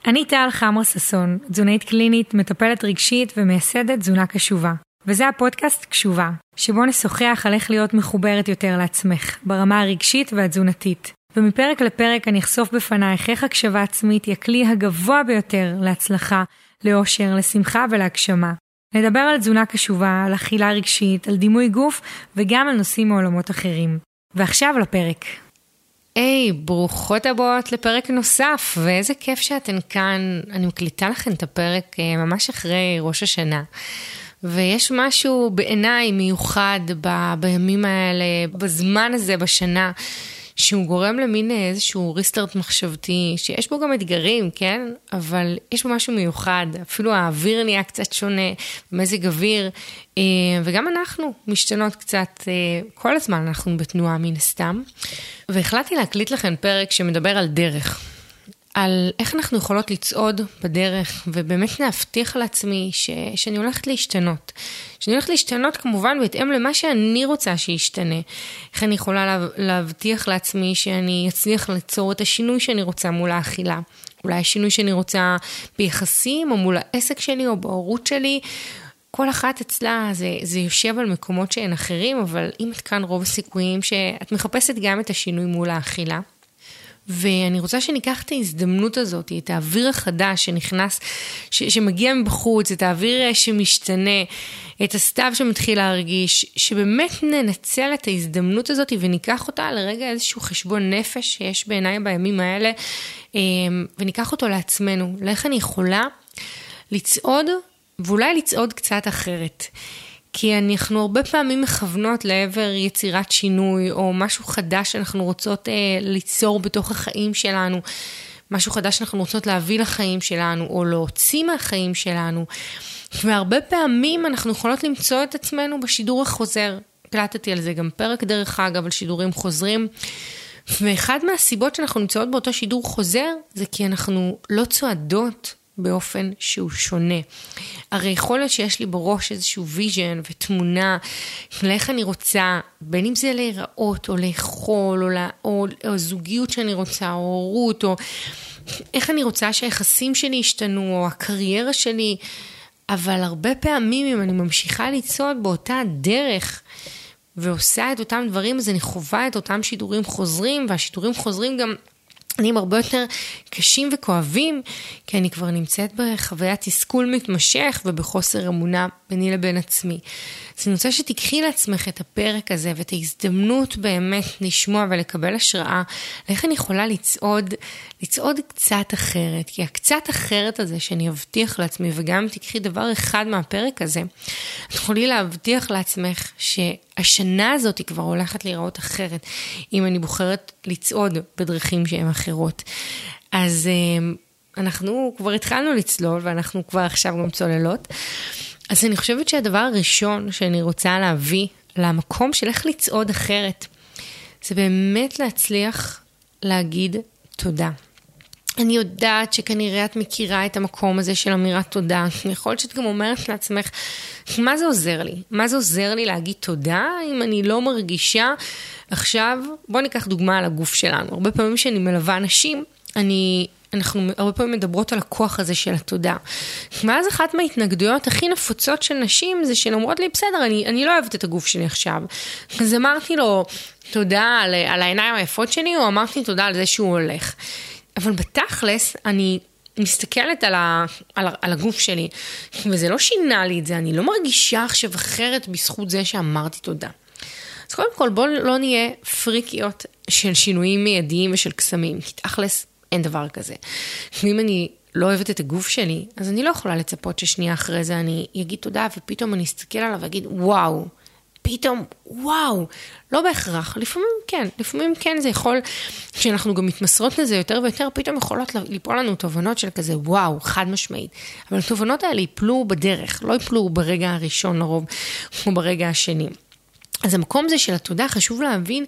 אני טל חמר ססון, תזונאית קלינית, מטפלת רגשית ומייסדת תזונה קשובה. וזה הפודקאסט קשובה, שבו נשוחח על איך להיות מחוברת יותר לעצמך, ברמה הרגשית והתזונתית. ומפרק לפרק אני אחשוף בפנייך איך הקשבה עצמית היא הכלי הגבוה ביותר להצלחה, לאושר, לשמחה ולהגשמה. נדבר על תזונה קשובה, על אכילה רגשית, על דימוי גוף וגם על נושאים מעולמות אחרים. ועכשיו לפרק. היי, ברוכות הבאות לפרק נוסף, ואיזה כיף שאתן כאן. אני מקליטה לכם את הפרק ממש אחרי ראש השנה. ויש משהו בעיניי מיוחד בימים האלה, בזמן הזה בשנה, שהוא גורם למין איזשהו ריסטרט מחשבתי, שיש בו גם אתגרים, כן? אבל יש בו משהו מיוחד, אפילו האוויר נהיה קצת שונה, מזג אוויר, וגם אנחנו משתנות קצת, כל הזמן אנחנו בתנועה מן הסתם, והחלטתי להקליט לכם פרק שמדבר על דרך, על איך אנחנו יכולות לצעוד בדרך, ובאמת להבטיח לעצמי שאני הולכת להשתנות. שאני הולכת להשתנות כמובן בהתאם למה שאני רוצה שישתנה. איך אני יכולה להבטיח לעצמי שאני אצליח ליצור את השינוי שאני רוצה מול האכילה. אולי השינוי שאני רוצה ביחסים, או מול העסק שלי, או בהורות שלי. כל אחת אצלה זה יושב על מקומות שהן אחרים, אבל אם את כאן רוב הסיכויים שאת מחפשת גם את השינוי מול האכילה. ואני רוצה שניקח את ההזדמנות הזאת, את האוויר החדש שנכנס, שמגיע מבחוץ, את האוויר שמשתנה, את הסתיו שמתחיל להרגיש, שבאמת ננצל את ההזדמנות הזאת וניקח אותה לרגע איזשהו חשבון נפש שיש בעיניי בימים האלה, וניקח אותו לעצמנו, לאיך אני יכולה לצעוד, ואולי לצעוד קצת אחרת. כי אנחנו הרבה פעמים מכוונות לעבר יצירת שינוי, או משהו חדש שאנחנו רוצות ליצור בתוך החיים שלנו, משהו חדש שאנחנו רוצות להביא לחיים שלנו, או להוציא מהחיים שלנו. והרבה פעמים אנחנו יכולות למצוא את עצמנו בשידור החוזר. הקלטתי על זה גם פרק דרך אגב, על שידורים חוזרים. ואחד מהסיבות שאנחנו נמצאות באותו שידור חוזר, זה כי אנחנו לא צועדות באופן שהוא שונה. הרי יכול להיות שיש לי בראש איזשהו ויז'ן ותמונה, לאיך אני רוצה, בין אם זה להיראות, או לאכול, או זוגיות שאני רוצה, או הורות, או איך אני רוצה שהיחסים שלי ישתנו, או הקריירה שלי, אבל הרבה פעמים אם אני ממשיכה לצעוד באותה דרך, ועושה את אותם דברים, אז אני חובה את אותם שידורים חוזרים, והשידורים חוזרים גם נהיים הרבה יותר קשים וכואבים, כי אני כבר נמצאת בחוויית תסכול מתמשך ובחוסר אמונה ביני לבין עצמי. אז אני רוצה שתיקחי לעצמך את הפרק הזה ואת ההזדמנות באמת לשמוע ולקבל השראה, איך אני יכולה לצעוד קצת אחרת, כי הקצת אחרת הזה שאני אבטיח לעצמי, וגם תיקחי דבר אחד מהפרק הזה, את יכולי להבטיח לעצמך שהשנה הזאת היא כבר הולכת להיראות אחרת, אם אני בוחרת לצעוד בדרכים שהן אחרות. אז אנחנו כבר התחלנו לצלול, ואנחנו כבר עכשיו גם צוללות, אז אני חושבת שהדבר הראשון שאני רוצה להביא למקום של איך לצעוד אחרת, זה באמת להצליח להגיד תודה. אני יודעת שכנראה את מכירה את המקום הזה של אמירת תודה. יכול להיות שאת גם אומרת לעצמך, מה זה עוזר לי? מה זה עוזר לי להגיד תודה אם אני לא מרגישה? עכשיו, בוא ניקח דוגמה על הגוף שלנו. הרבה פעמים שאני מלווה אנשים, אנחנו הרבה פעמים מדברות על הכוח הזה של התודה. ואז אחת מההתנגדויות הכי נפוצות של נשים זה שאומרות לי, בסדר, אני לא אוהבת את הגוף שלי עכשיו. אז אמרתי לו תודה על העיניים היפות שלי, או אמרתי תודה על זה שהוא הולך. אבל בתכלס אני מסתכלת על הגוף שלי, וזה לא שינה לי את זה, אני לא מרגישה עכשיו אחרת בזכות זה שאמרתי תודה. אז קודם כל בואו לא נהיה פריקיות של שינויים מיידיים ושל קסמים, כי תכלס אין דבר כזה. אם אני לא אוהבת את הגוף שלי, אז אני לא יכולה לצפות ששנייה אחרי זה אני אגיד תודה, ופתאום אני אסתכל עליו ואגיד וואו, פתאום וואו, לא בהכרח, לפעמים כן זה יכול, כשאנחנו גם מתמסרות לזה יותר ויותר, פתאום יכולות ליפול לנו תובנות של כזה וואו, חד משמעית, אבל התובנות האלה ייפלו בדרך, לא ייפלו ברגע הראשון לרוב, כמו ברגע השני. אז המקום הזה של התודה חשוב להבין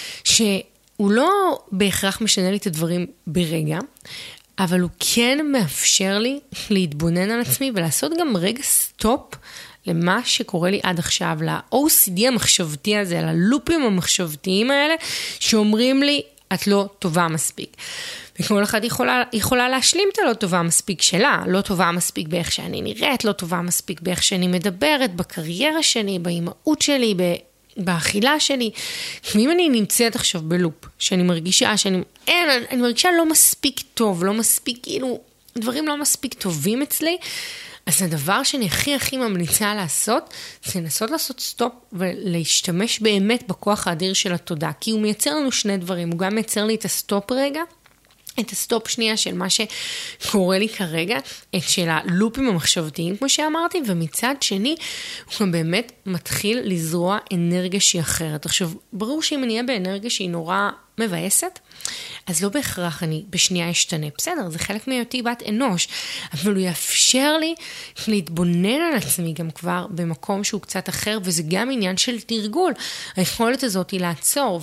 שהוא לא בהכרח משנה לי את הדברים ברגע, אבל הוא כן מאפשר לי להתבונן על עצמי ולעשות גם רגע סטופ למה שקורה לי עד עכשיו, ל-OCD המחשבתי הזה, ללופים המחשבתיים האלה, שאומרים לי, את לא טובה מספיק. וכל אחד יכולה להשלים את הלא טובה מספיק שלה, לא טובה מספיק באיך שאני נראית, לא טובה מספיק באיך שאני מדברת, בקריירה שלי, באימהות שלי, באכילה שלי. ואם אני נמצאת עכשיו בלופ, שאני מרגישה, אני מרגישה לא מספיק טוב, לא מספיק, כאילו, דברים לא מספיק טובים אצלי, אז הדבר שאני הכי ממליצה לעשות, זה לנסות לעשות סטופ ולהשתמש באמת בכוח האדיר של התודה, כי הוא מייצר לנו שני דברים, הוא גם מייצר לי את הסטופ רגע, את הסטופ שנייה של מה שקורה לי כרגע, את של הלופים המחשבתיים, כמו שאמרתי, ומצד שני, הוא גם באמת מתחיל לזרוע אנרגיה שהיא אחרת. עכשיו, ברור שאם אני אהיה באנרגיה שהיא נורא מבאסת, אז לא בהכרח אני בשנייה אשתנה. בסדר, זה חלק מהיותי בת אנוש, אבל הוא יאפשר לי להתבונן על עצמי גם כבר במקום שהוא קצת אחר, וזה גם עניין של תרגול. היכולת הזאת היא לעצור,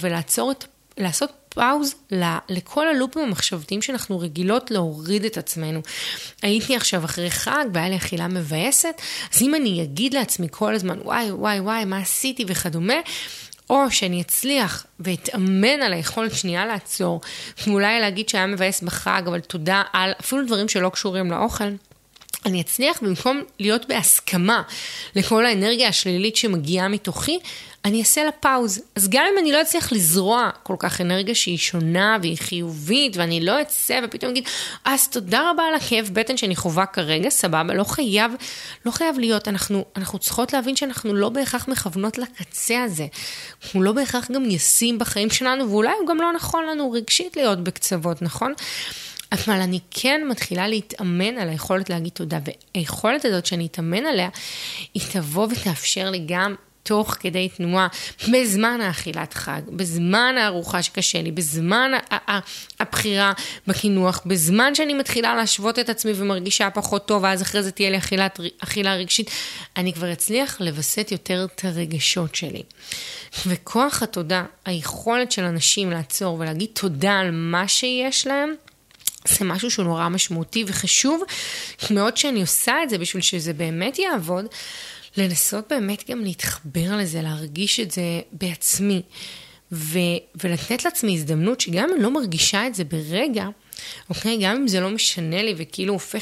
לעשות פאוז לכל הלופים המחשבתיים שאנחנו רגילות להוריד את עצמנו. הייתי עכשיו אחרי חג, והיה לי אכילה מבאסת, אז אם אני אגיד לעצמי כל הזמן, וואי, מה עשיתי וכדומה, או שאני אצליח ואתאמן על היכולת שנייה לעצור, ואולי להגיד שהיה מבאס בחג, אבל תודה על אפילו דברים שלא קשורים לאוכל, אני אצליח במקום להיות בהסכמה לכל האנרגיה השלילית שמגיעה מתוכי, אני אעשה לה פאוז. אז גם אם אני לא אצליח לזרוע כל כך אנרגיה שהיא שונה והיא חיובית, ואני לא אצא ופתאום אגיד, אז תודה רבה על הכאב בטן שאני חובה כרגע, סבבה, לא חייב להיות, אנחנו צריכות להבין שאנחנו לא בהכרח מכוונות לקצה הזה. הוא לא בהכרח גם ישים בחיים שלנו, ואולי הוא גם לא נכון לנו רגשית להיות בקצוות, נכון? אבל אני כן מתחילה להתאמן על היכולת להגיד תודה, והיכולת הזאת שאני אתאמן עליה, היא תבוא ותאפשר לי גם תוך כדי תנועה, בזמן האכילת חג, בזמן הארוחה שקשה לי, בזמן הבחירה בכינוח, בזמן שאני מתחילה להשוות את עצמי ומרגישה פחות טוב, ואז אחרי זה תהיה לי אכילה רגשית, אני כבר אצליח לבסט יותר את הרגשות שלי. וכוח התודה, היכולת של אנשים לעצור ולהגיד תודה על מה שיש להם, זה משהו שהוא נורא משמעותי וחשוב, מאוד שאני עושה את זה בשביל שזה באמת יעבוד, לנסות באמת גם להתחבר לזה, להרגיש את זה בעצמי, ולתת לעצמי הזדמנות שגם אני לא מרגישה את זה ברגע, אוקיי? גם אם זה לא משנה לי וכאילו הופך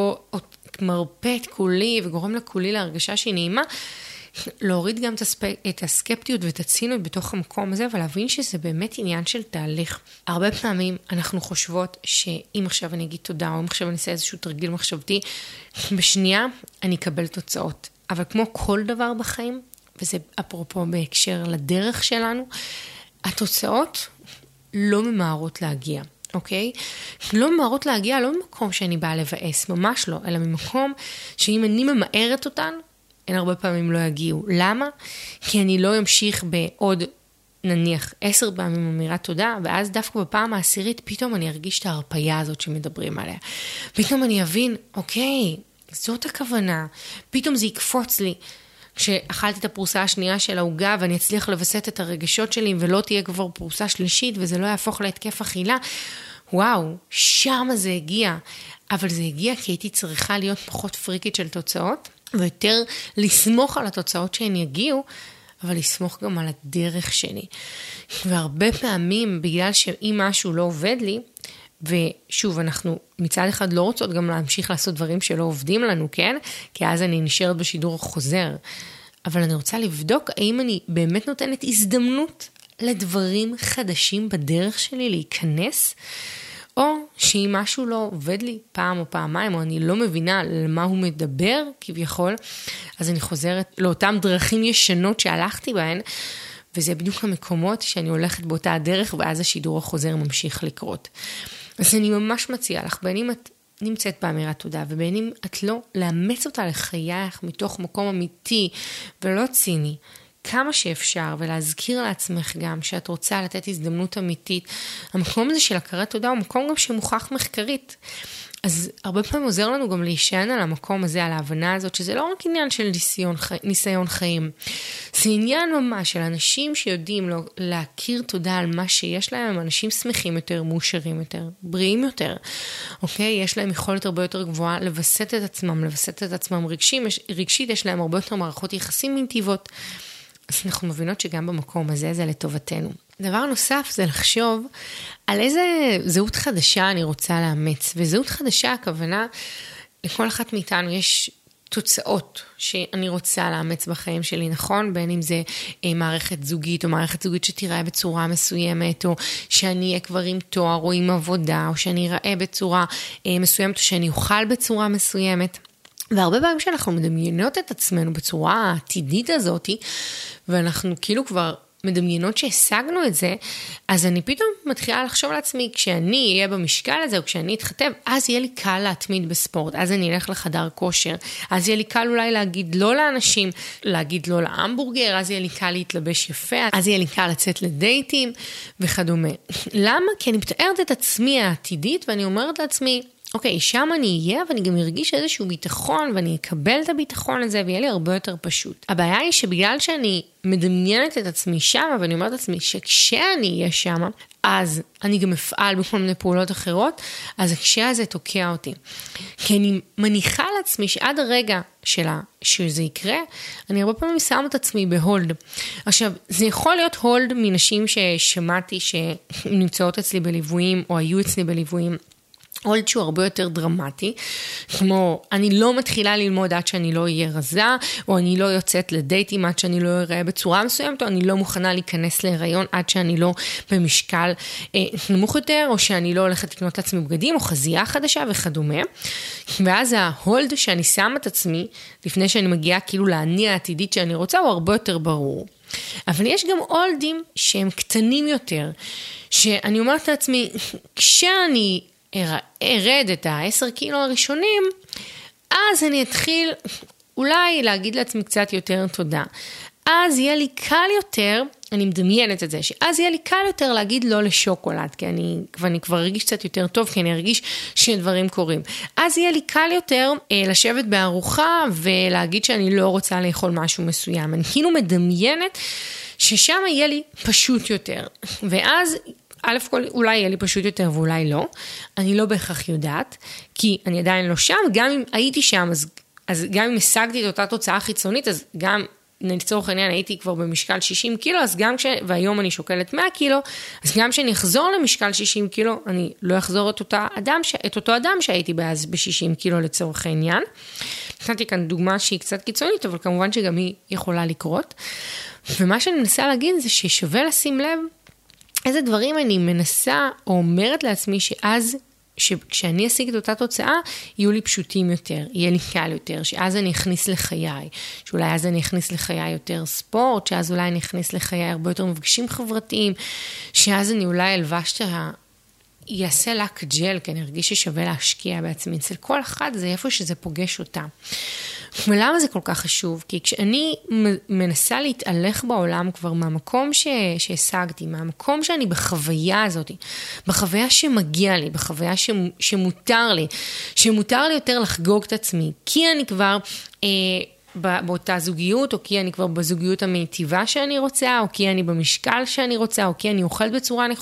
מרפא את כולי וגורם לכולי להרגשה שהיא נעימה, להוריד גם את הסקפטיות ואת הצינות בתוך המקום הזה, ולהבין שזה באמת עניין של תהליך. הרבה פעמים אנחנו חושבות שאם עכשיו אני אגיד תודה, או אם עכשיו אני אעשה איזשהו תרגיל מחשבתי, בשנייה אני אקבל תוצאות. אבל כמו כל דבר בחיים, וזה אפרופו בהקשר לדרך שלנו, התוצאות לא ממהרות להגיע, אוקיי? לא ממהרות להגיע, לא ממקום שאני באה לבאס, ממש לא, אלא ממקום שאם אני ממהרת אותן, הן הרבה פעמים לא יגיעו. למה? כי אני לא אמשיך בעוד, נניח, 10 פעמים אמירת תודה, ואז דווקא בפעם העשירית, פתאום אני ארגיש את ההרפאיה הזאת שמדברים עליה. פתאום אני אבין, אוקיי, זאת הכוונה. פתאום זה יקפוץ לי. כשאכלתי את הפרוסה השנייה של ההוגה, ואני אצליח לבסט את הרגשות שלי, ולא תהיה כבר פרוסה שלישית, וזה לא יהפוך להתקף אכילה. וואו, שם זה הגיע. אבל זה הגיע כי הייתי צריכה להיות פחות פריקית של תוצאות, ויותר לסמוך על התוצאות שהן יגיעו, אבל לסמוך גם על הדרך שלי. והרבה פעמים, בגלל שאם משהו לא עובד לי, ושוב, אנחנו מצד אחד לא רוצות גם להמשיך לעשות דברים שלא עובדים לנו, כן? כי אז אני נשארת בשידור חוזר. אבל אני רוצה לבדוק האם אני באמת נותנת הזדמנות לדברים חדשים בדרך שלי להיכנס, או שאם משהו לא עובד לי פעם או פעמיים, או אני לא מבינה על מה הוא מדבר כביכול, אז אני חוזרת לאותם דרכים ישנות שהלכתי בהן, וזה בדיוק המקומות שאני הולכת באותה הדרך, ואז השידור החוזר ממשיך לקרות. אז אני ממש מציעה לך, בין אם את נמצאת באמירת תודה, ובין אם את לא, לאמץ אותה לחייך מתוך מקום אמיתי ולא ציני, כמה שאפשר, ולהזכיר לעצמך גם שאת רוצה לתת הזדמנות אמיתית. המקום הזה של הכרת תודה הוא מקום גם שמוכח מחקרית. אז הרבה פעמים עוזר לנו גם להישען על המקום הזה, על ההבנה הזאת, שזה לא רק עניין של ניסיון חיים. זה עניין ממש של אנשים שיודעים להכיר תודה על מה שיש להם, הם אנשים שמחים יותר, מאושרים יותר, בריאים יותר. אוקיי? יש להם יכולת הרבה יותר גבוהה לבסט את עצמם רגשית, יש להם הרבה יותר מערכות יחסים מנתיבות. אז אנחנו מבינות שגם במקום הזה זה לטובתנו. דבר נוסף זה לחשוב על איזה זהות חדשה אני רוצה לאמץ, וזהות חדשה הכוונה, לכל אחת מאיתנו יש תוצאות שאני רוצה לאמץ בחיים שלי, נכון? בין אם זה מערכת זוגית, או מערכת זוגית שתיראה בצורה מסוימת, או שאני אהיה כבר עם תואר או עם עבודה, או שאני אראה בצורה מסוימת, או שאני אוכל בצורה מסוימת. והרבה פעמים שאנחנו מדמיינות את עצמנו בצורה העתידית הזאת, ואנחנו כאילו כבר מדמיינות שהשגנו את זה, אז אני פתאום מתחילה לחשוב לעצמי, כשאני אהיה במשקל הזה, או כשאני אתחתב, אז יהיה לי קל להתמיד בספורט, אז אני אלך לחדר כושר, אז יהיה לי קל אולי להגיד לא לאנשים, להגיד לא להמבורגר, אז יהיה לי קל להתלבש יפה, אז יהיה לי קל לצאת לדייטים, וכדומה. למה? כי אני מתארת את עצמי העתידית, ואני אומרת לעצמי, אוקיי, שם אני אהיה, ואני גם ארגיש איזשהו ביטחון, ואני אקבל את הביטחון הזה, ויהיה לי הרבה יותר פשוט. הבעיה היא שבגלל שאני מדמיינת את עצמי שם, ואני אומרת לעצמי שכשאני אהיה שם, אז אני גם אפעל בכל מיני פעולות אחרות, אז הקשה הזה תוקע אותי. כי אני מניחה לעצמי שעד הרגע שזה יקרה, אני הרבה פעמים שמה את עצמי בהולד. עכשיו, זה יכול להיות הולד מנשים ששמעתי שנמצאות אצלי בליוויים, או היו אצלי בליוויים, הולד שהוא הרבה יותר דרמטי, כמו אני לא מתחילה ללמוד עד שאני לא אהיה רזה, או אני לא יוצאת לדייטים עד שאני לא אראה בצורה מסוימת, או אני לא מוכנה להיכנס להיריון עד שאני לא במשקל נמוך יותר, או שאני לא הולכת לקנות לעצמי בגדים, או חזייה חדשה וכדומה. ואז ההולד שאני שם את עצמי, לפני שאני מגיעה כאילו להניע העתידית שאני רוצה, הוא הרבה יותר ברור. אבל יש גם הולדים שהם קטנים יותר, שאני אומרת לעצמי, כשאני ארד את 10 קילו הראשונים, אז אני אתחיל אולי להגיד לעצמי קצת יותר תודה. אז יהיה לי קל יותר, אני מדמיינת את זה, שאז יהיה לי קל יותר להגיד לא לשוקולד, כי אני כבר ארגיש קצת יותר טוב, כי אני ארגיש שדברים קורים. אז יהיה לי קל יותר לשבת בארוחה ולהגיד שאני לא רוצה לאכול משהו מסוים. אני כאילו מדמיינת ששם יהיה לי פשוט יותר. ואז א' כל, אולי יהיה לי פשוט יותר ואולי לא. אני לא בהכרח יודעת, כי אני עדיין לא שם. גם אם הייתי שם, אז גם אם השגתי את אותה תוצאה חיצונית, אז גם לצורך העניין הייתי כבר במשקל 60 קילו, אז גם והיום אני שוקלת 100 קילו, אז גם כשאני אחזור למשקל 60 קילו, אני לא אחזור את אותו אדם שהייתי באז ב-60 קילו לצורך העניין. נתתי כאן דוגמה שהיא קצת קיצונית, אבל כמובן שגם היא יכולה לקרות. ומה שאני מנסה להגיד זה ששווה לשים לב איזה דברים אני מנסה או אומרת לעצמי שאז, כשאני אשיג את אותה תוצאה, יהיו לי פשוטים יותר, יהיה לי קל יותר, שאז אני אכניס לחיי, שאולי אז אני אכניס לחיי יותר ספורט, שאז אולי אני אכניס לחיי הרבה יותר מפגשים חברתיים, שאז אני אולי אלבש יעשה לק ג'ל, כי אני ארגיש ששווה להשקיע בעצמי. אצל כל אחד זה איפה שזה פוגש אותה. ולמה זה כל כך חשוב? כי כשאני מנסה להתהלך בעולם כבר מהמקום שהשגתי, מהמקום שאני בחוויה הזאת, בחוויה שמגיע לי, בחוויה שמותר לי יותר לחגוג את עצמי, כי אני כבר באותה זוגיות, או כי אני כבר בזוגיות המיטיבה שאני רוצה, או כי אני במשקל שאני רוצה, או כי אני אוכלת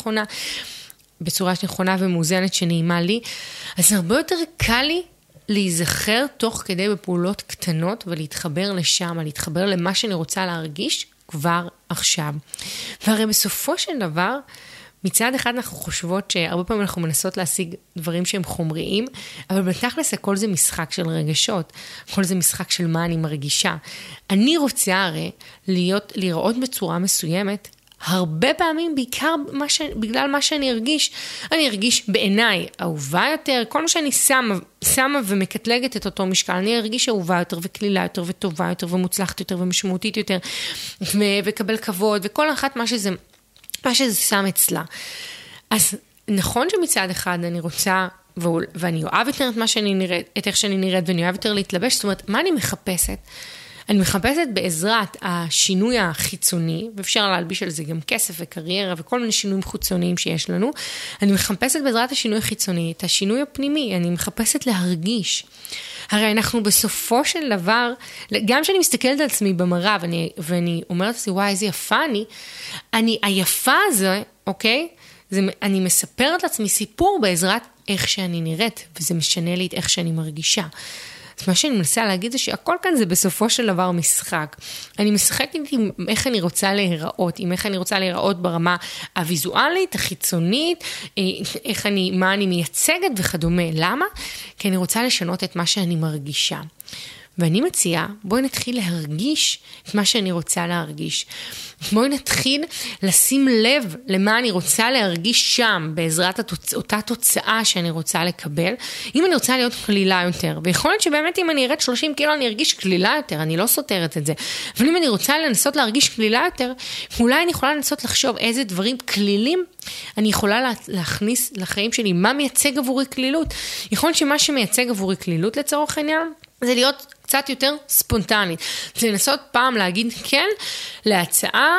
בצורה נכונה ומאוזנת שנעימה לי, אז הרבה יותר קל לי להיזכר תוך כדי בפעולות קטנות ולהתחבר לשם, להתחבר למה שאני רוצה להרגיש כבר עכשיו. והרי בסופו של דבר, מצד אחד אנחנו חושבות שהרבה פעמים אנחנו מנסות להשיג דברים שהם חומריים, אבל בתכלס הכל זה משחק של רגשות, הכל זה משחק של מה אני מרגישה. אני רוצה הרי לראות בצורה מסוימת, הרבה פעמים בעיקר בגלל מה שאני ארגיש, אני ארגיש בעיניי אהובה יותר, כל מה שאני שמה ומקטלגת את אותו משקל, אני ארגיש אהובה יותר וכלילה יותר וטובה יותר ומוצלחת יותר ומשמעותית יותר, וקבל כבוד וכל אחת מה שזה שם אצלה. אז נכון שמצד אחד אני רוצה, ואני אוהב יותר את איך שאני נראית, ואני אוהב יותר להתלבש, זאת אומרת, מה אני מחפשת? אני מחפשת בעזרת השינוי החיצוני, ואפשר להלביש על זה גם כסף וקריירה וכל מיני שינויים חיצוניים שיש לנו, אני מחפשת בעזרת השינוי החיצוני, את השינוי הפנימי, אני מחפשת להרגיש. הרי אנחנו בסופו של דבר, גם כשאני מסתכלת על עצמי במראה, ואני אומרת לעצמי, וואי, איזה יפה היפה הזה, אוקיי? אני מספרת לעצמי סיפור בעזרת איך שאני נראית, וזה משנה לי את איך שאני מרגישה. אז מה שאני מנסה להגיד זה שהכל כאן זה בסופו של דבר משחק. אני משחקת עם איך אני רוצה להיראות, עם איך אני רוצה להיראות ברמה הוויזואלית, החיצונית, מה אני מייצגת וכדומה. למה? כי אני רוצה לשנות את מה שאני מרגישה. ואני מציעה, בואי נתחיל להרגיש את מה שאני רוצה להרגיש. בואי נתחיל לשים לב למה אני רוצה להרגיש שם, בעזרת אותה תוצאה שאני רוצה לקבל. אם אני רוצה להיות כלילה יותר, ויכול להיות שבאמת אם אני ארד 30 קילו אני ארגיש כלילה יותר, אני לא סותרת את זה. אבל אם אני רוצה לנסות להרגיש כלילה יותר, אולי אני יכולה לנסות לחשוב איזה דברים כלילים אני יכולה להכניס לחיים שלי, מה מייצג עבורי כלילות. יכול להיות שמה שמייצג עבורי כלילות לצורך העניין, זה להיות קצת יותר ספונטנית. זה לנסות פעם להגיד כן להצעה,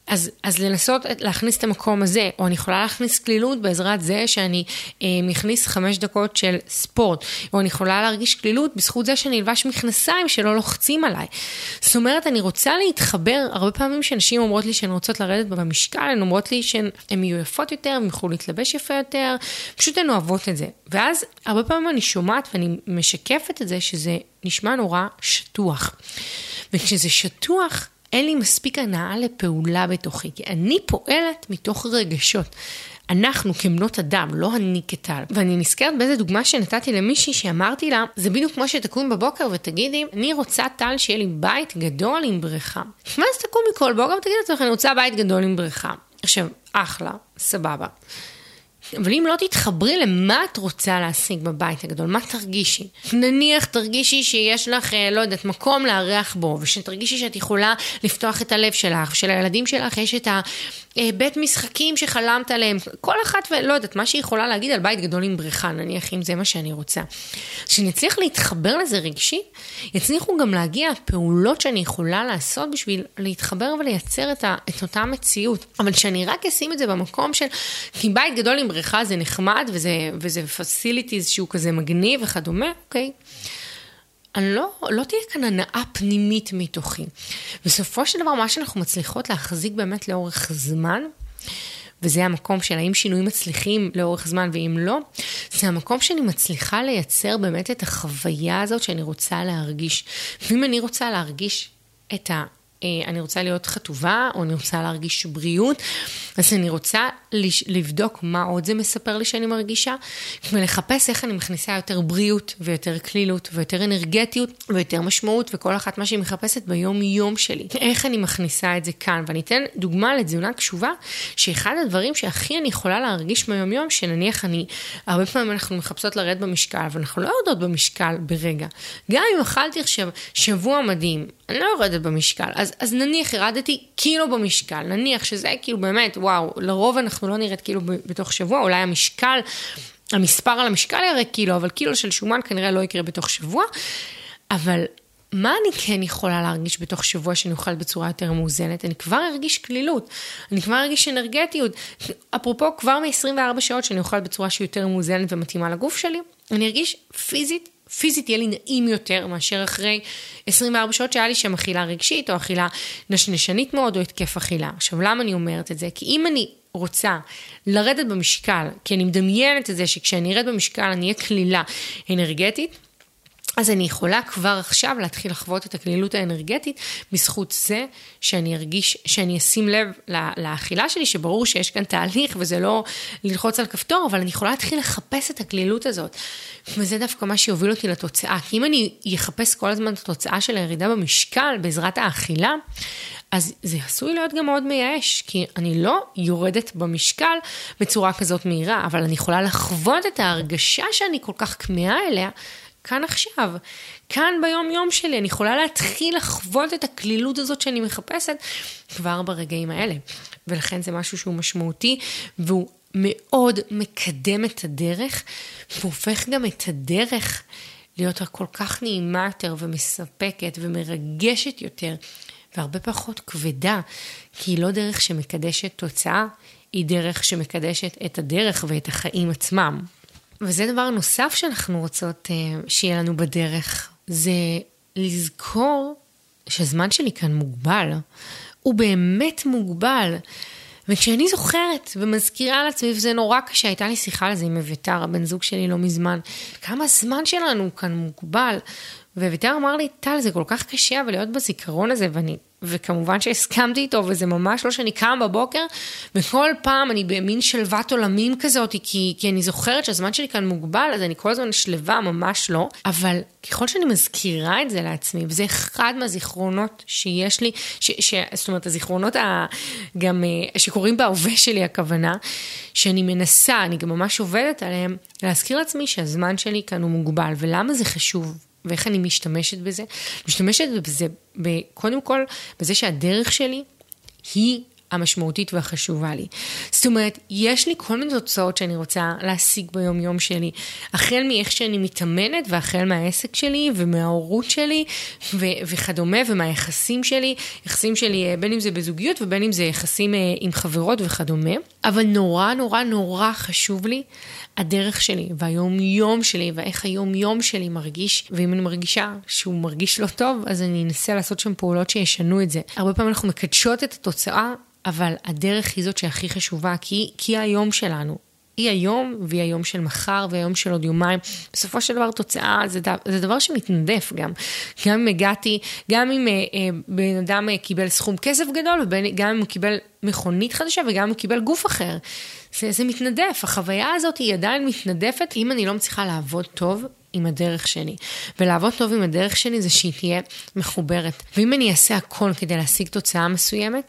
אז לנסות להכניס את המקום הזה, או אני יכולה להכניס כלילות בעזרת זה שאני מכניס 5 דקות של ספורט, או אני יכולה להרגיש כלילות בזכות זה שאני אלבש מכנסיים שלא לוחצים עליי. זאת אומרת, אני רוצה להתחבר, הרבה פעמים שאנשים אומרות לי שהן רוצות לרדת במשקל, הן אומרות לי שהן יהיו יפות יותר, הן יוכלו להתלבש יפה יותר, פשוט הן אוהבות את זה. ואז הרבה פעמים אני שומעת ואני משקפת את זה שזה נשמע נורא שטוח. וכשזה שטוח, אין לי מספיק הנאה לפעולה בתוכי, כי אני פועלת מתוך רגשות. אנחנו כבנות אדם, לא אני כטל. ואני נזכרת באיזה דוגמה שנתתי למישהי שאמרתי לה, זה בדיוק כמו שתקום בבוקר ותגידי, אני רוצה טל שיהיה לי בית גדול עם בריכה. מה זה תקום מכל בוקר ותגידי לעצמך, אני רוצה בית גדול עם בריכה. עכשיו, אחלה, סבבה. אבל אם לא תתחברי למה את רוצה להשיג בבית הגדול, מה תרגישי? נניח תרגישי שיש לך, לא יודעת, מקום לארח בו, ושתרגישי שאת יכולה לפתוח את הלב שלך, ושל הילדים שלך יש את בית משחקים שחלמת עליהם, כל אחת ולא יודעת, מה שהיא יכולה להגיד על בית גדול עם בריכה, נניח אם זה מה שאני רוצה. שנצליח להתחבר לזה רגשי, יצליחו גם להגיע הפעולות שאני יכולה לעשות בשביל להתחבר ולייצר את אותה מציאות. אבל שאני רק אשים את זה במקום של, כי בית גדול עם בריכה זה נחמד, וזה facilities שהוא כזה מגניב וכדומה, אוקיי. אני לא תהיה כאן הנאה פנימית מתוכי. בסופו של דבר, מה שאנחנו מצליחות להחזיק באמת לאורך זמן, וזה המקום של האם שינויים מצליחים לאורך זמן ואם לא, זה המקום שאני מצליחה לייצר באמת את החוויה הזאת שאני רוצה להרגיש. ואם אני רוצה להרגיש אני רוצה להיות חטובה, או אני רוצה להרגיש בריאות, אז אני רוצה לבדוק מה עוד זה מספר לי שאני מרגישה, ולחפש איך אני מכניסה יותר בריאות, ויותר כלילות, ויותר אנרגטיות, ויותר משמעות, וכל אחת מה שהיא מחפשת ביום יום שלי. איך אני מכניסה את זה כאן, ואני אתן דוגמה לתזונה קשובה, שאחד הדברים שהכי אני יכולה להרגיש ביום יום, שנניח הרבה פעמים אנחנו מחפשות לרד במשקל, ואנחנו לא יורדות במשקל ברגע. גם אם אכלתי עכשיו שבוע מדהים, אני לא יורדת במשקל, אז נניח ירדתי קילו במשקל, נניח שזה כאילו באמת, וואו, לרוב אנחנו לא נראית כאילו בתוך שבוע, אולי המספר על המשקל יראה קילו, אבל קילו של שומן כנראה לא יקרה בתוך שבוע, אבל מה אני כן יכולה להרגיש בתוך שבוע שאני אוכל בצורה יותר מאוזנת? אני כבר ארגיש כלילות, אני כבר ארגיש אנרגטיות, אפרופו כבר מ-24 שעות שאני אוכל בצורה שהיא יותר מאוזנת ומתאימה לגוף שלי, אני ארגיש פיזית יהיה לי נעים יותר מאשר אחרי 24 שעות שהיה לי שם אכילה רגשית או אכילה נשנשנית מאוד או התקף אכילה. עכשיו למה אני אומרת את זה? כי אם אני רוצה לרדת במשקל, כי אני מדמיינת את זה שכשאני ארד במשקל אני אהיה כלילה אנרגטית, אז אני יכולה כבר עכשיו להתחיל לחוות את הכלילות האנרגטית בזכות זה שאני אשים לב לאכילה שלי, שברור שיש כאן תהליך וזה לא ללחוץ על כפתור, אבל אני יכולה להתחיל לחפש את הכלילות הזאת. וזה דווקא מה שיוביל אותי לתוצאה. כי אם אני אחפש כל הזמן את התוצאה של הירידה במשקל בעזרת האכילה, אז זה עשוי להיות גם מאוד מייאש, כי אני לא יורדת במשקל בצורה כזאת מהירה, אבל אני יכולה לחוות את ההרגשה שאני כל כך כמהה אליה, כאן עכשיו, כאן ביום יום שלי, אני יכולה להתחיל לחוות את הכלילות הזאת שאני מחפשת כבר ברגעים האלה. ולכן זה משהו שהוא משמעותי, והוא מאוד מקדם את הדרך, והופך גם את הדרך להיות כל כך נעימה יותר ומספקת ומרגשת יותר, והרבה פחות כבדה, כי היא לא דרך שמקדשת תוצאה, היא דרך שמקדשת את הדרך ואת החיים עצמם. וזה דבר נוסף שאנחנו רוצות שיהיה לנו בדרך, זה לזכור שהזמן שלי כאן מוגבל, הוא באמת מוגבל, וכשאני זוכרת ומזכירה על עצמי, וזה נורא קשה, הייתה לי שיחה על זה עם אביתר, הבן זוג שלי לא מזמן, כמה הזמן שלנו כאן מוגבל, ואביתר אמר לי, טל, זה כל כך קשה, אבל להיות בזיכרון הזה, וכמובן שהסכמתי איתו, וזה ממש לא שאני קם בבוקר, וכל פעם אני במין שלוות עולמים כזאת, כי אני זוכרת שהזמן שלי כאן מוגבל, אז אני כל הזמן שלווה, ממש לא, אבל ככל שאני מזכירה את זה לעצמי, וזה אחד מהזיכרונות שיש לי, זאת אומרת, הזיכרונות גם שקורים בהווה שלי, הכוונה, שאני מנסה, אני גם ממש עובדת עליהם, להזכיר לעצמי שהזמן שלי כאן הוא מוגבל, ולמה זה חשוב? ואיך אני משתמשת בזה? משתמשת בזה, קודם כל, בזה שהדרך שלי היא המשמעותית והחשובה לי. זאת אומרת, יש לי כל מיני תוצאות שאני רוצה להשיג ביום יום שלי, החל מאיך שאני מתאמנת, והחל מהעסק שלי, ומההורות שלי, וכדומה, ומהיחסים שלי, יחסים שלי בין אם זה בזוגיות, ובין אם זה יחסים עם חברות וכדומה. אבל נורא נורא נורא חשוב לי הדרך שלי, והיום יום שלי, ואיך היום יום שלי מרגיש, ואם אני מרגישה שהוא מרגיש לא טוב, אז אני אנסה לעשות שם פעולות שישנו את זה. הרבה פעמים אנחנו מקדשות את התוצאה, אבל הדרך היא זאת שהכי חשובה, כי היום שלנו, היא היום, והיא היום של מחר, והיום של עוד יומיים. בסופו של דבר תוצאה, זה דבר שמתנדף גם. גם אם הגעתי, גם אם בן אדם קיבל סכום כסף גדול, וגם אם הוא קיבל מכונית חדשה, וגם אם הוא קיבל גוף אחר. זה מתנדף. החוויה הזאת היא עדיין מתנדפת, אם אני לא מצליחה לעבוד טוב עם הדרך שלי. ולעבוד טוב עם הדרך שלי זה שהיא תהיה מחוברת. ואם אני אעשה הכל כדי להשיג תוצאה מסוימת,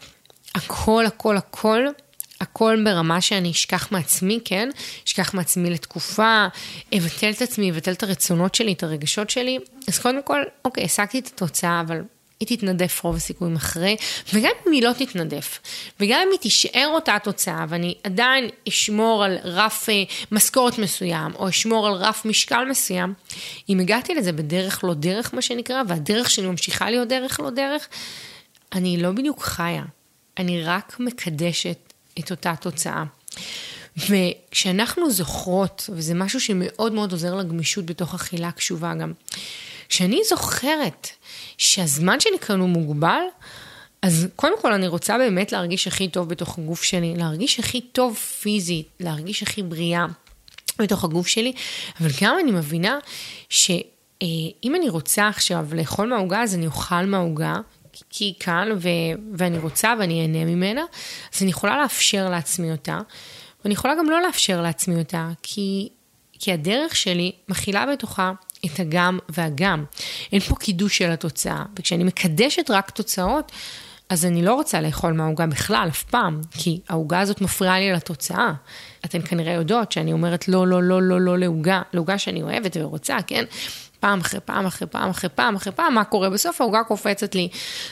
הכל ברמה שאני אשכח מעצמי, כן? אשכח מעצמי לתקופה, אבטל את עצמי, אבטל את הרצונות שלי, את הרגשות שלי. אז קודם כל, אוקיי, השגתי את התוצאה, אבל היא תתנדף רוב הסיכויים אחרי, וגם אם היא לא תתנדף, וגם אם היא תישאר אותה התוצאה, ואני עדיין אשמור על רף משכורת מסוים, או אשמור על רף משקל מסוים, אם הגעתי לזה בדרך לא דרך, מה שנקרא, והדרך שלי ממשיכה להיות דרך לא דרך, אני לא בדיוק חיה. אני רק מקדשת את אותה תוצאה. וכשאנחנו זוכרות, וזה משהו שמאוד מאוד עוזר לגמישות בתוך אכילה קשובה גם, כשאני זוכרת שהזמן שלי כאן הוא מוגבל, אז קודם כל אני רוצה באמת להרגיש הכי טוב בתוך הגוף שלי, להרגיש הכי טוב פיזית, להרגיש הכי בריאה בתוך הגוף שלי, אבל גם אני מבינה שאם אני רוצה עכשיו לאכול מהעוגה, אז אני אוכל מהעוגה, כי היא כאן ואני רוצה ואני אהנה ממנה, אז אני יכולה לאפשר לעצמי אותה, ואני יכולה גם לא לאפשר לעצמי אותה, כי הדרך שלי מכילה בתוכה את הגם והגם. אין פה קידוש של התוצאה, וכשאני מקדשת רק תוצאות, אז אני לא רוצה לאכול מהעוגה בכלל, אף פעם, כי העוגה הזאת מפריעה לי לתוצאה. אתן כנראה יודעות שאני אומרת לא, לא, לא, לא, לא לעוגה שאני אוהבת ורוצה, כן? פעם אחרי פעם אחרי פעם אחרי פעם אחרי פעם, מה קורה בסוף? העוגה קופצת לי,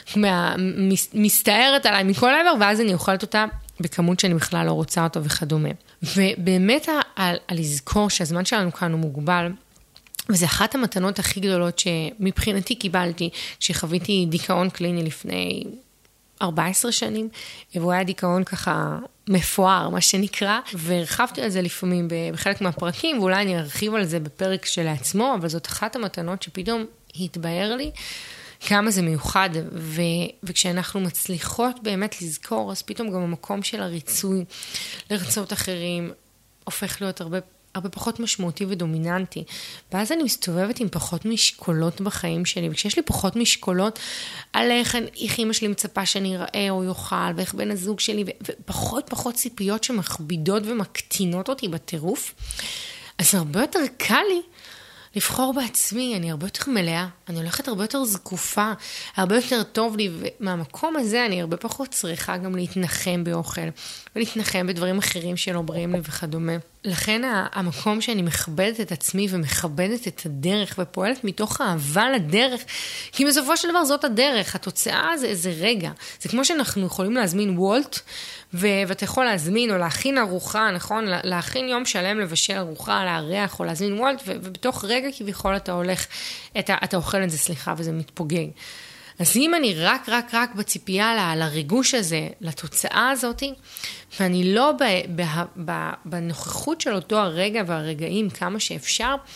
מסתערת עליי מכל העבר, ואז אני אוכלת אותה בכמות שאני בכלל לא רוצה אותה וכדומה. ובאמת על לזכור שהזמן שלנו כאן הוא מוגבל, וזה אחת המתנות הכי גדולות שמבחינתי קיבלתי, כשחוויתי דיכאון קליני לפני 14 שנים, והוא היה דיכאון ככה מפואר, מה שנקרא, והרחבתי על זה לפעמים בחלק מהפרקים, ואולי אני ארחיב על זה בפרק שלעצמו, אבל זאת אחת המתנות שפתאום התבהר לי כמה זה מיוחד, וכשאנחנו מצליחות באמת לזכור, אז פתאום גם המקום של הריצוי לרצות אחרים, הופך להיות הרבה פחות משמעותי ודומיננטי, ואז אני מסתובבת עם פחות משקולות בחיים שלי, וכשיש לי פחות משקולות על איך אמא שלי מצפה שאני אראה או יוכל, ואיך בן הזוג שלי, ופחות ציפיות שמכבידות ומקטינות אותי בטירוף, אז הרבה יותר קל לי לבחור בעצמי, אני הרבה יותר מלאה, אני הולכת הרבה יותר זקופה, הרבה יותר טוב לי, ומהמקום הזה אני הרבה פחות צריכה גם להתנחם באוכל, ולהתנחם בדברים אחרים שלא בריאים לי וכדומה. לכן המקום שאני מכבדת את עצמי ומכבדת את הדרך ופועלת מתוך אהבה לדרך, כי בסופו של דבר זאת הדרך, התוצאה זה איזה רגע. זה כמו שאנחנו יכולים להזמין וולט, ואתה יכול להזמין או להכין ארוחה, נכון? להכין יום שלם לבשל ארוחה, להריח או להזמין וולט, ובתוך רגע כביכול אתה הולך, אתה אוכל את זה, סליחה, וזה מתפוגג. אז אם אני רק בציפייה לריגוש הזה, לתוצאה הזאת, ואני לא בנוכחות של אותו הרגע והרגעים כמה שאפשר,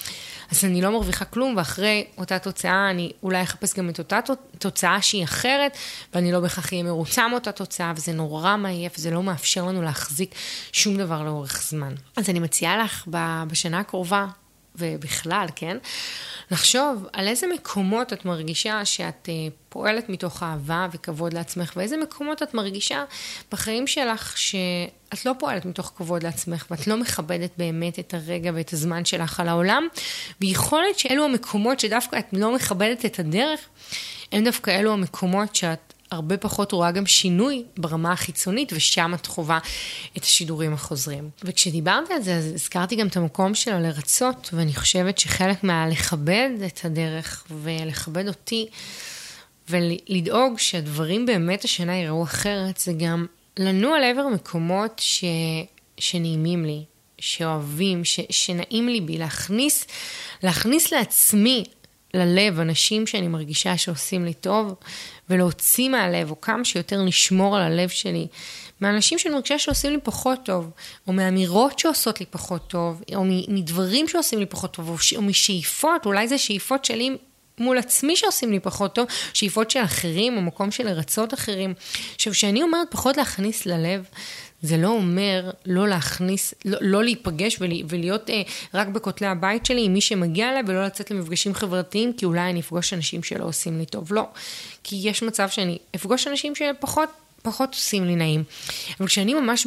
אז אני לא מרוויחה כלום, ואחרי אותה תוצאה אני אולי אחפש גם את אותה תוצאה שהיא אחרת, ואני לא בכך אהיה מרוצה מאותה תוצאה, וזה נורא מעייף, זה לא מאפשר לנו להחזיק שום דבר לאורך זמן. אז אני מציעה לך בשנה הקרובה, ובכלל, כן? לחשוב על איזה מקומות את מרגישה שאת פועלת מתוך אהבה וכבוד לעצמך, ואיזה מקומות את מרגישה בחיים שלך שאת לא פועלת מתוך כבוד לעצמך, ואת לא מכבדת באמת את הרגע ואת הזמן שלך על העולם, ויכול להיות שאלו המקומות שדווקא את לא מכבדת את הדרך, הם דווקא אלו המקומות שאת הרבה פחות רואה גם שינוי ברמה החיצונית, ושם את חובה את השידורים החוזרים. וכשדיברתי על זה, אז הזכרתי גם את המקום שלו לרצות, ואני חושבת שחלק לכבד את הדרך, ולכבד אותי, ולדאוג שהדברים באמת השנה יראו אחרת, זה גם לנוע לעבר מקומות שנעימים לי, שאוהבים, שנעים לי בי, להכניס לעצמי, ללב, אנשים שאני מרגישה שעושים לי טוב, ולהוציא מהלב, או כמה שיותר לשמור על הלב שלי, מאנשים שאני מרגישה שעושים לי פחות טוב, או מאמירות שעושות לי פחות טוב, או מדברים שעושים לי פחות טוב, או משאיפות, אולי זה שאיפות שלי מול עצמי שעושים לי פחות טוב, שאיפות של אחרים, או מקום של לרצות אחרים. עכשיו, כשאני אומרת פחות להכניס ללב, זה לא אומר לא להכניס, לא להיפגש ולהיות רק בכותלי הבית שלי עם מי שמגיע אליי, ולא לצאת למפגשים חברתיים, כי אולי אני אפגוש אנשים שלא עושים לי טוב. לא. כי יש מצב שאני אפגוש אנשים שפחות עושים לי נעים. אבל כשאני ממש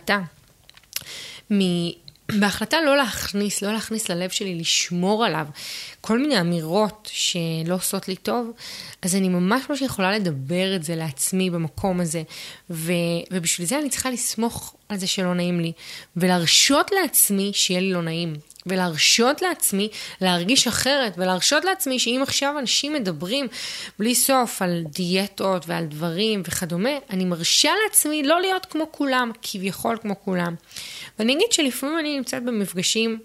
בהחלטה לא להכניס ללב שלי, לשמור עליו, כל מיני אמירות שלא עושות לי טוב, אז אני ממש יכולה לדבר את זה לעצמי במקום הזה, ובשביל זה אני צריכה לסמוך על זה שלא נעים לי, ולהרשות לעצמי שיהיה לי לא נעים, ולהרשות לעצמי להרגיש אחרת, ולהרשות לעצמי שאם עכשיו אנשים מדברים בלי סוף על דיאטות ועל דברים וכדומה, אני מרשה לעצמי לא להיות כמו כולם, כביכול כמו כולם. ואני אגיד שלפעמים אני נמצאת במפגשים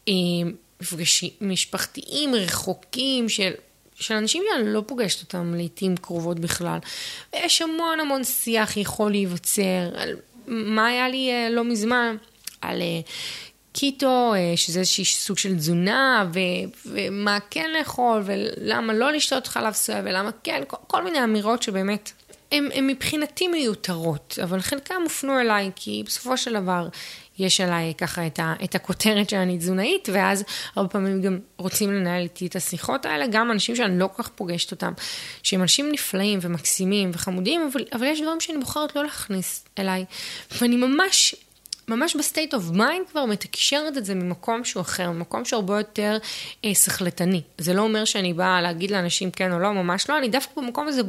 משפחתיים רחוקים של אנשים שאני לא פוגשת אותם לעתים קרובות בכלל. ויש המון שיח יכול להיווצר על מה היה לי לא מזמן, על קיטו, שזה איזושהי סוג של תזונה, ומה כן לאכול, ולמה לא לשתות חלב סויה, ולמה כן, כל מיני אמירות שבאמת הן מבחינתי מיותרות, אבל חלקם מופנו אליי, כי בסופו של דבר יש עליי ככה את הכותרת שאני תזונאית, ואז הרבה פעמים גם רוצים לנהל איתי את השיחות האלה, גם אנשים שאני לא כל כך פוגשת אותם, שהם אנשים נפלאים ומקסימים וחמודים, אבל יש דברים שאני בוחרת לא להכניס אליי, ואני ממש בסטייט אוף מיינד כבר מתקשרת את זה ממקום שהוא אחר, ממקום שהרבה יותר שכלתני. זה לא אומר שאני באה להגיד לאנשים כן או לא, ממש לא, אני דווקא במקום הזה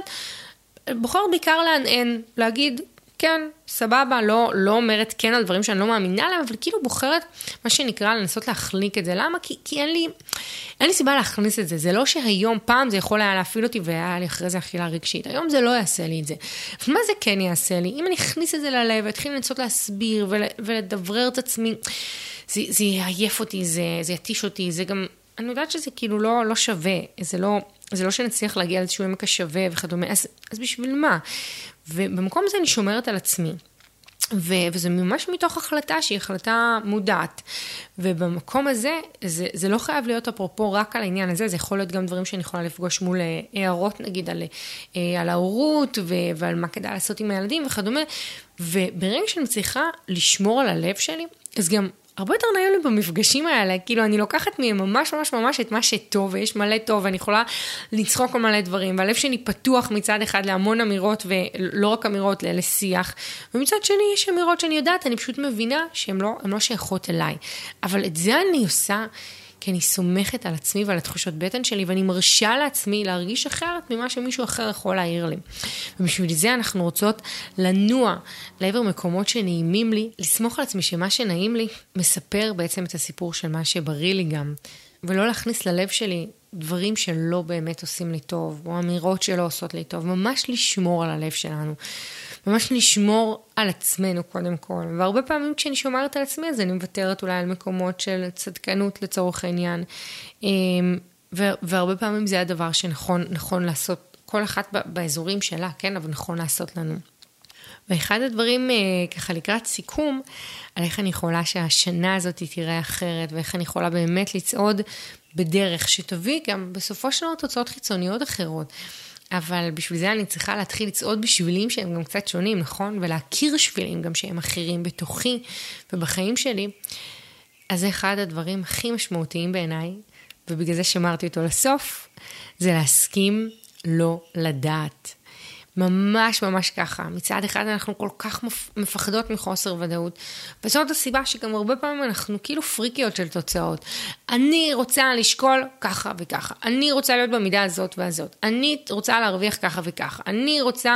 בוחרת בעיקר לענן, להגיד כן, סבבה, לא אומרת כן על דברים שאני לא מאמינה להם, אבל כאילו בוחרת מה שנקרא לנסות להחליק את זה. למה? כי אין לי סיבה להכניס את זה. זה לא שהיום פעם זה יכול היה להפעיל אותי והיה לי אחרי זה אכילה רגשית. היום זה לא יעשה לי את זה. מה זה כן יעשה לי? אם אני אכניס את זה ללב, אתחיל לנסות להסביר ולדברר את עצמי, זה יעייף אותי, זה יתיש אותי, זה גם, אני יודעת שזה כאילו לא שווה, זה לא שנצליח להגיע לאיזשהו עמק השווה וכדומה, אז בשביל מה? ובמקום הזה אני שומרת על עצמי, וזה ממש מתוך החלטה שהיא החלטה מודעת, ובמקום הזה, זה לא חייב להיות אפרופו רק על העניין הזה, זה יכול להיות גם דברים שאני יכולה לפגוש מול הערות, נגיד על ההורות, ועל מה כדאי לעשות עם הילדים וכדומה, וברגע שאני מצליחה לשמור על הלב שלי, אז גם הרבה יותר נעים לי במפגשים האלה, כאילו אני לוקחת מהם ממש את מה שטוב, ויש מלא טוב, ואני יכולה לצחוק על מלא דברים, והלב שלי פתוח מצד אחד להמון אמירות, ולא רק אמירות, לשיח, ומצד שני יש אמירות שאני יודעת, אני פשוט מבינה שהן לא שייכות אליי, אבל את זה אני עושה, כי אני סומכת על עצמי ועל התחושות בטן שלי, ואני מרשה לעצמי להרגיש אחרת ממה שמישהו אחר יכול להעיר לי. ובשביל זה אנחנו רוצות לנוע לעבר מקומות שנעימים לי, לסמוך על עצמי שמה שנעים לי מספר בעצם את הסיפור של מה שבריא לי גם, ולא להכניס ללב שלי דברים שלא באמת עושים לי טוב, או אמירות שלא עושות לי טוב, ממש לשמור על הלב שלנו. ממש לשמור על עצמנו קודם כל. והרבה פעמים כשאני שומרת על עצמי, אז אני מוותרת אולי על מקומות של צדקנות לצורך העניין. והרבה פעמים זה הדבר שנכון לעשות, כל אחת באזורים שלה, כן, אבל נכון לעשות לנו. ואחד הדברים, ככה לקראת סיכום, על איך אני יכולה שהשנה הזאת תראה אחרת, ואיך אני יכולה באמת לצעוד בדרך שתביא גם בסופו של דבר תוצאות חיצוניות אחרות. אבל בשביל זה אני צריכה להתחיל לצעוד בשבילים שהם גם קצת שונים, נכון? ולהכיר שבילים גם שהם אחרים בתוכי ובחיים שלי. אז זה אחד הדברים הכי משמעותיים בעיניי, ובגלל זה שמרתי אותו לסוף, זה להסכים לא לדעת. ממש ממש ככה. מצד אחד אנחנו כל כך מפחדות מחוסר ודאות, וזאת הסיבה שגם הרבה פעמים אנחנו כאילו פריקיות של תוצאות. אני רוצה לשקול ככה וככה, אני רוצה להיות במידה הזאת והזאת, אני רוצה להרוויח ככה וככה, אני רוצה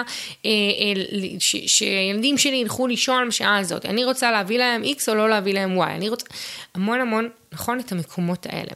שילדים שלי ילכו לישון בשעה הזאת, אני רוצה להביא להם X או לא להביא להם Y, אני רוצה המון המון, נכון, את המקומות האלה.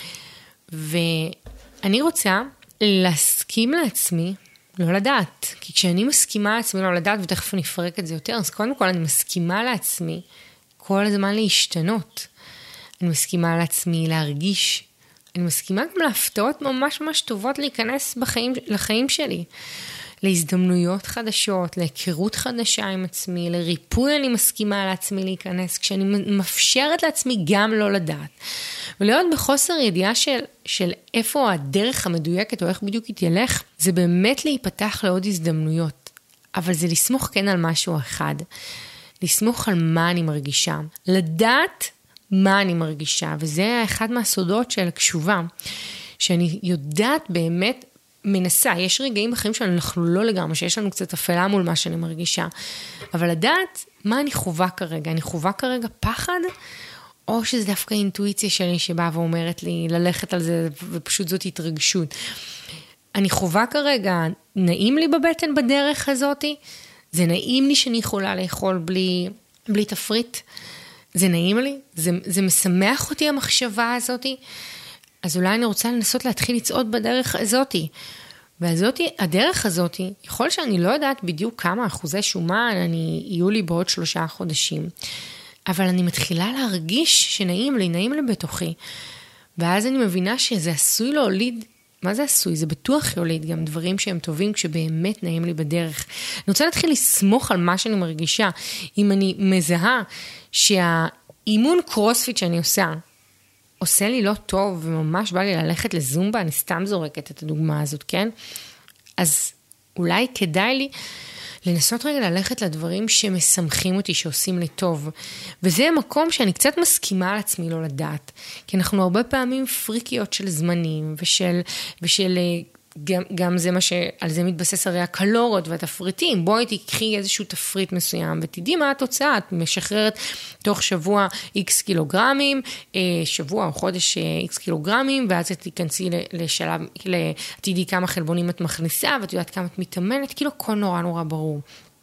ואני רוצה להסכים לעצמי לא לדעת, כי כשאני מסכימה לעצמי לא לדעת, ותכף אני אפרק את זה יותר, אז קודם כל אני מסכימה לעצמי כל הזמן להשתנות. אני מסכימה לעצמי להרגיש, אני מסכימה גם להפתעות ממש ממש טובות להיכנס לחיים שלי. להזדמנויות חדשות, להיכרות חדשה עם עצמי, לריפוי אני מסכימה לעצמי להיכנס, כשאני מאפשרת לעצמי גם לא לדעת. ולהיות בחוסר ידיעה של איפה הדרך המדויקת או איך בדיוק היא תלך, זה באמת להיפתח לעוד הזדמנויות. אבל זה לסמוך כן על משהו אחד. לסמוך על מה אני מרגישה. לדעת מה אני מרגישה. וזה אחד מהסודות של הקשובה. שאני יודעת באמת מנסה, יש רגעים בחיים שאנחנו לא לגמרי, שיש לנו קצת אפלה מול מה שאני מרגישה, אבל לדעת מה אני חובה כרגע, אני חובה כרגע פחד, או שזה דווקא אינטואיציה שלי שבאה ואומרת לי ללכת על זה, ופשוט זאת התרגשות. אני חובה כרגע, נעים לי בבטן בדרך הזאת, זה נעים לי שאני יכולה לאכול בלי תפריט, זה נעים לי, זה משמח אותי המחשבה הזאת, אז אולי אני רוצה לנסות להתחיל לצעוד בדרך הזאת. הדרך הזאת, יכול שאני לא יודעת בדיוק כמה אחוזי שומן יהיו לי בעוד 3 חודשים, אבל אני מתחילה להרגיש שנעים לי בתוכי. ואז אני מבינה שזה עשוי להוליד, מה זה עשוי? זה בטוח יוליד גם דברים שהם טובים כשבאמת נעים לי בדרך. אני רוצה להתחיל לסמוך על מה שאני מרגישה. אם אני מזהה שהאימון קרוספיט שאני עושה לי לא טוב, וממש בא לי ללכת לזומבה, אני סתם זורקת את הדוגמה הזאת, כן? אז אולי כדאי לי לנסות רגע ללכת לדברים שמשמחים אותי, שעושים לי טוב. וזה המקום שאני קצת מסכימה על עצמי לא לדעת. כי אנחנו הרבה פעמים פריקיות של זמנים, ושל גם זה מה שעל זה מתבסס הרי הקלוריות והתפריטים. בואי תקחי איזשהו תפריט מסוים, ותדעי מה התוצאה. את משחררת תוך שבוע X קילוגרמים, שבוע או חודש X קילוגרמים, ואז את תיכנסי לשלב, תדעי כמה חלבונים את מכניסה, ואת יודעת כמה את מתאמנת, כאילו הכל נורא נורא ברור.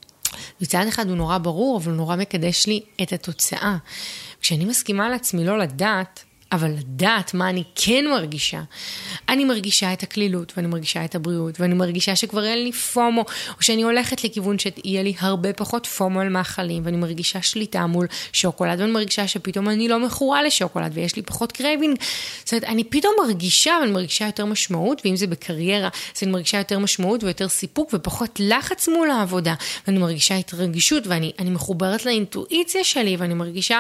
מצד אחד הוא נורא ברור, אבל הוא נורא מקדש לי את התוצאה. כשאני מסכימה לעצמי לא לדעת, אבל לדעת מה אני כן מרגישה. אני מרגישה את הכלילות, ואני מרגישה את הבריאות, ואני מרגישה שכבר אין לי פומו, או שאני הולכת לכיוון שיהיה לי הרבה פחות פומו על מאכלים, ואני מרגישה שליטה מול שוקולד, ואני מרגישה שפתאום אני לא מכורה לשוקולד, ויש לי פחות קרייבינג. זאת אומרת, אני פתאום מרגישה, ואני מרגישה יותר משמעות, ואם זה בקריירה, אז אני מרגישה יותר משמעות, ויותר סיפוק, ופחות לחץ מול העבודה, ואני מרגישה התרגשות, ואני מחוברת לאינטואיציה שלי, ואני מרגישה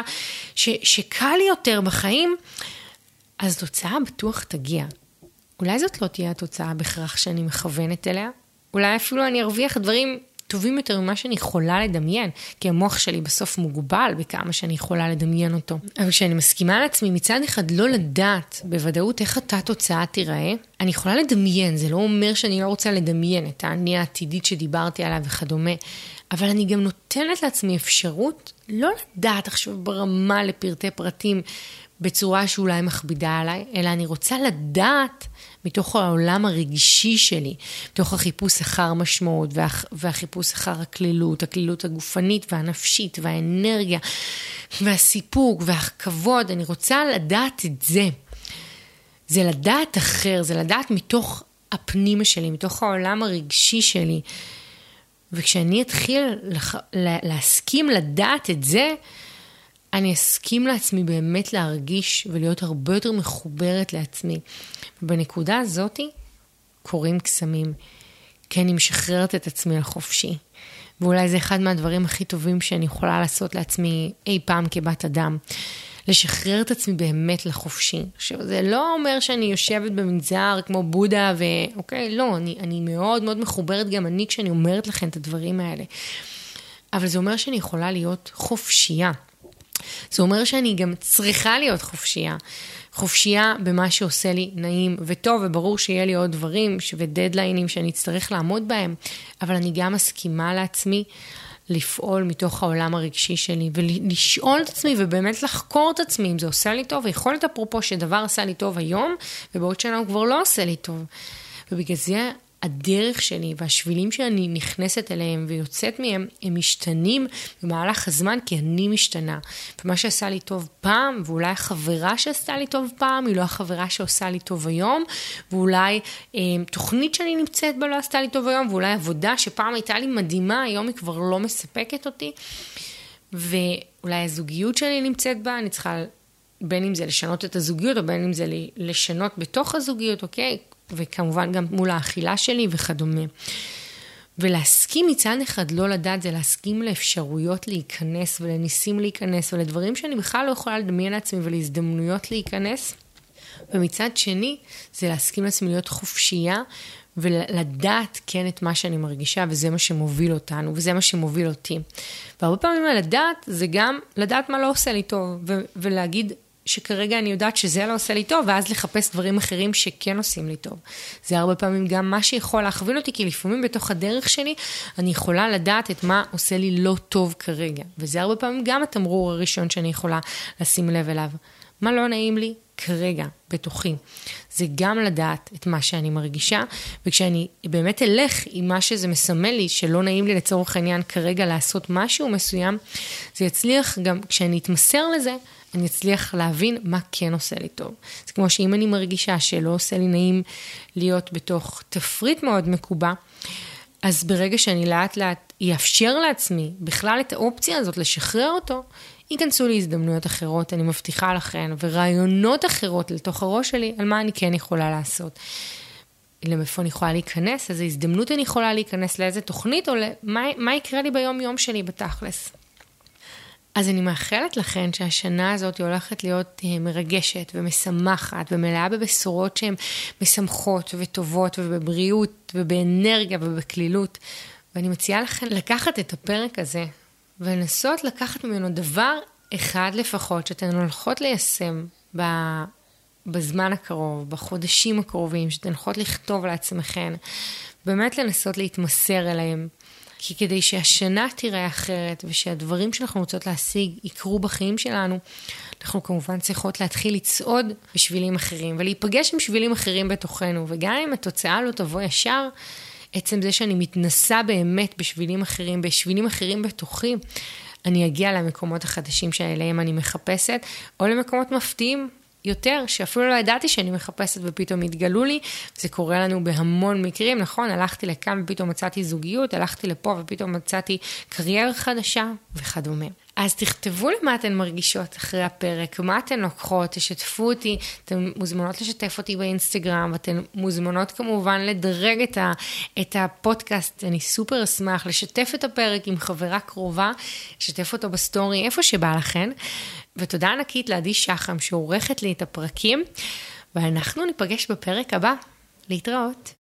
שקל לי יותר בחיים. אז תוצאה בטוח תגיע. אולי זאת לא תהיה התוצאה בכך שאני מכוונת אליה. אולי אפילו אני ארוויח דברים טובים יותר ממה שאני יכולה לדמיין, כי המוח שלי בסוף מוגבל בכמה שאני יכולה לדמיין אותו. אבל כשאני מסכימה על עצמי מצד אחד לא לדעת בוודאות איך אותה תוצאה תיראה, אני יכולה לדמיין, זה לא אומר שאני לא רוצה לדמיין את האני העתידית שדיברתי עליו וכדומה, אבל אני גם נותנת לעצמי אפשרות לא לדעת עכשיו ברמה לפרטי פרטים, בצורה שאולי מכבידה עליי, אלא אני רוצה לדעת מתוך העולם הרגשי שלי, מתוך החיפוש אחר משמעות, והחיפוש אחר הכלילות הגופנית והנפשית, והאנרגיה, והסיפוק, והכבוד, אני רוצה לדעת את זה. זה לדעת אחר, זה לדעת מתוך הפנים שלי, מתוך העולם הרגשי שלי. וכשאני אתחיל להסכים לדעת את זה, אני אסכים לעצמי באמת להרגיש ולהיות הרבה יותר מחוברת לעצמי. ובנקודה הזאת קורים קסמים, כי אני משחררת את עצמי לחופשי. ואולי זה אחד מהדברים הכי טובים שאני יכולה לעשות לעצמי אי פעם כבת אדם. לשחרר את עצמי באמת לחופשי. עכשיו, זה לא אומר שאני יושבת במנזר כמו בודה, ואוקיי, לא, אני מאוד מאוד מחוברת גם אני כשאני אומרת לכם את הדברים האלה. אבל זה אומר שאני יכולה להיות חופשייה. זה אומר שאני גם צריכה להיות חופשייה. חופשייה במה שעושה לי נעים וטוב, וברור שיהיה לי עוד דברים ודדליינים שאני אצטרך לעמוד בהם, אבל אני גם מסכימה לעצמי לפעול מתוך העולם הרגשי שלי, ולשאול את עצמי ובאמת לחקור את עצמי אם זה עושה לי טוב, ויכול להיות אפרופו שדבר עשה לי טוב היום, ובעוד שנה הוא כבר לא עושה לי טוב. ובגלל זה הדרך שלי והשבילים שאני נכנסת אליהם ויוצאת מהם, הם משתנים במהלך הזמן, כי אני משתנה. ומה שעשה לי טוב פעם, ואולי החברה שעשתה לי טוב פעם, היא לא החברה שעושה לי טוב היום, ואולי תוכנית שאני נמצאת בה לא עשתה לי טוב היום, ואולי עבודה שפעם הייתה לי מדהימה, היום היא כבר לא מספקת אותי, ואולי הזוגיות שאני נמצאת בה, אני צריכה בין אם זה לשנות את הזוגיות, או בין אם זה לשנות בתוך הזוגיות, אוקיי? וכמובן גם מול האכילה שלי וכדומה. ולהסכים מצד אחד לא לדעת, זה להסכים לאפשרויות להיכנס ולניסים להיכנס, ולדברים שאני בכלל לא יכולה לדמיין לעצמי ולהזדמנויות להיכנס. ומצד שני, זה להסכים לעצמי להיות חופשייה, ולדעת כן את מה שאני מרגישה, וזה מה שמוביל אותנו, וזה מה שמוביל אותי. והרבה פעמים לדעת, זה גם לדעת מה לא עושה לי טוב, ולהגיד שכרגע אני יודעת שזה לא עושה לי טוב, ואז לחפש דברים אחרים שכן עושים לי טוב. זה הרבה פעמים גם מה שיכול להכווין אותי, כי לפעמים בתוך הדרך שלי, אני יכולה לדעת את מה עושה לי לא טוב כרגע. וזה הרבה פעמים גם התמרור הראשון שאני יכולה לשים לב אליו. מה לא נעים לי כרגע, בתוכי. זה גם לדעת את מה שאני מרגישה, וכשאני באמת אלך עם מה שזה מסמל לי, שלא נעים לי לצורך העניין כרגע לעשות משהו מסוים, זה יצליח גם כשאני אתמסר לזה, אני אצליח להבין מה כן עושה לי טוב. זה כמו שאם אני מרגישה שלא עושה לי נעים להיות בתוך תפריט מאוד מקובע, אז ברגע שאני לאט לאט יאפשר לעצמי בכלל את האופציה הזאת לשחרר אותו, ייכנסו לי הזדמנויות אחרות, אני מבטיחה לכן, ורעיונות אחרות לתוך הראש שלי, על מה אני כן יכולה לעשות. למאיפה אני יכולה להיכנס, איזו הזדמנות אני יכולה להיכנס לאיזה תוכנית, או מה יקרה לי ביום יום שלי בתכלס. אז אני מאחלת לכן שהשנה הזאת הולכת להיות מרגשת ומשמחת ומלאה בבשורות שהן משמחות וטובות ובבריאות ובאנרגיה ובכלילות. ואני מציעה לכן לקחת את הפרק הזה ולנסות לקחת ממנו דבר אחד לפחות שאתן הולכות ליישם בזמן הקרוב, בחודשים הקרובים, שאתן הולכות לכתוב לעצמכן, באמת לנסות להתמסר אליהם. כי כדי שהשנה תיראה אחרת, ושהדברים שאנחנו רוצות להשיג יקרו בחיים שלנו, אנחנו כמובן צריכות להתחיל לצעוד בשבילים אחרים, ולהיפגש עם שבילים אחרים בתוכנו, וגם אם התוצאה לא תבוא ישר, עצם זה שאני מתנסה באמת בשבילים אחרים בתוכי, אני אגיע למקומות החדשים שאליהם אני מחפשת, או למקומות מפתיעים יותר, שאפילו לא ידעתי שאני מחפשת ופתאום התגלו לי, זה קורה לנו בהמון מקרים, נכון? הלכתי לכאן ופתאום מצאתי זוגיות, הלכתי לפה ופתאום מצאתי קריירה חדשה וכדומה. אז תכתבו לי מה אתן מרגישות אחרי הפרק, מה אתן לוקחות, תשתפו אותי, אתן מוזמנות לשתף אותי באינסטגרם, ואתן מוזמנות כמובן לדרג את הפודקאסט, אני סופר אשמח לשתף את הפרק עם חברה קרובה, לשתף אותו בסטורי, איפה שבא לכן, ותודה ענקית לעדי שחם שעורכת לי את הפרקים, ואנחנו ניפגש בפרק הבא, להתראות.